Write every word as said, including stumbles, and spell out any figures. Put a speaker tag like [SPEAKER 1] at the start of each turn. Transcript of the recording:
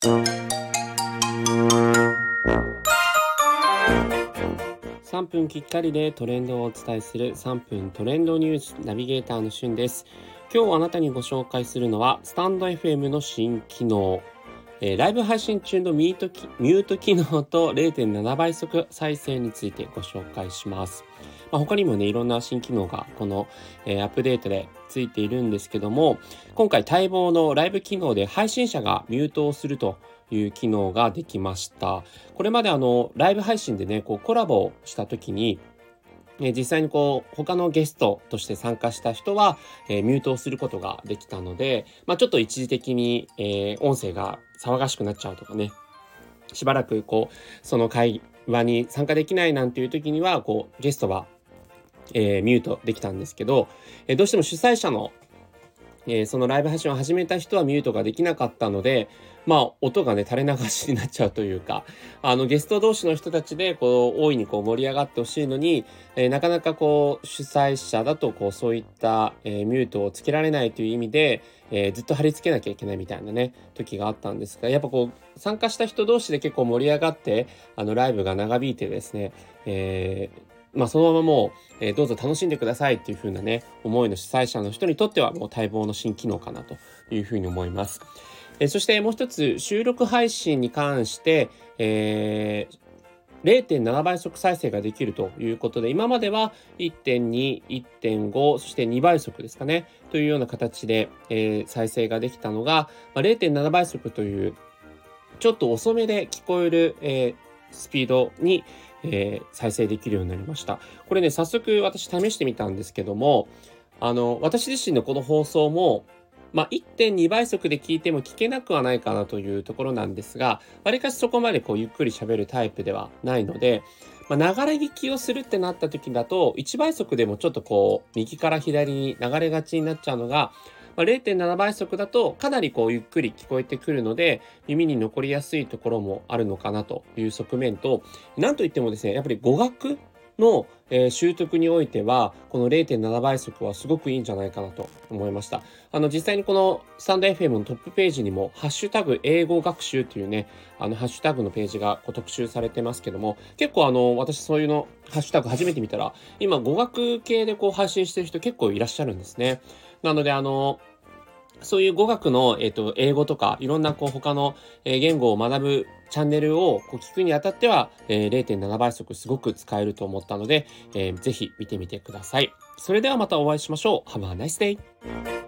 [SPEAKER 1] さんぷんきっかりでトレンドをお伝えするさんぷんトレンドニュースナビゲーターのしゅんです。今日あなたにご紹介するのはスタンド エフエム の新機能、えーライブ配信中のミートキミュート機能と れいてんなな 倍速再生についてご紹介します。まあ、他にもねいろんな新機能がこの、えーアップデートでついているんですけども、今回待望のライブ機能で配信者がミュートをするという機能ができました。これまであのライブ配信でねこうコラボをした時に、えー実際にこう他のゲストとして参加した人は、えーミュートをすることができたので、まあ、ちょっと一時的に、えー音声が騒がしくなっちゃうとかね、しばらくこうその会話に参加できないなんていう時にはこうゲストは、えーミュートできたんですけど、えーどうしても主催者のえーそのライブ配信を始めた人はミュートができなかったので、まあ音がね垂れ流しになっちゃうというか、あのゲスト同士の人たちでこう大いにこう盛り上がってほしいのに、えーなかなかこう主催者だとこうそういった、えーミュートをつけられないという意味で、えーずっと貼り付けなきゃいけないみたいなね時があったんですが、やっぱこう参加した人同士で結構盛り上がってあのライブが長引いてですね、えーまあそのままもう、えーどうぞ楽しんでくださいっていう風なね思いの主催者の人にとってはもう待望の新機能かなというふうに思います。えーそしてもう一つ収録配信に関して、えーれいてんなな 倍速再生ができるということで、今までは いってんに、いってんご、そしてにばい速ですかねというような形で、えー再生ができたのが、まあ、れいてんなな 倍速というちょっと遅めで聞こえる、えースピードに、えー再生できるようになりました。これね、早速私試してみたんですけども、あの、私自身のこの放送も、まあ、いってんに 倍速で聞いても聞けなくはないかなというところなんですが、わりかしそこまでこうゆっくり喋るタイプではないので、まあ、流れ聞きをするってなった時だと、いちばい速でもちょっとこう、右から左に流れがちになっちゃうのが、まあ、れいてんなな 倍速だとかなりこうゆっくり聞こえてくるので、耳に残りやすいところもあるのかなという側面と、なんといってもですね、やっぱり語学の、えー習得においては、この れいてんなな 倍速はすごくいいんじゃないかなと思いました。あの、実際にこのスタンド エフエム のトップページにも、ハッシュタグ英語学習というね、あの、ハッシュタグのページがこう特集されてますけども、結構あの、私そういうの、ハッシュタグ初めて見たら、今語学系でこう配信してる人結構いらっしゃるんですね。なのであの、そういう語学の、えっと、英語とか、いろんなこう他の、えー言語を学ぶチャンネルをこう聞くにあたっては、えーれいてんなな 倍速すごく使えると思ったので、えーぜひ見てみてください。それではまたお会いしましょう。Have a nice day!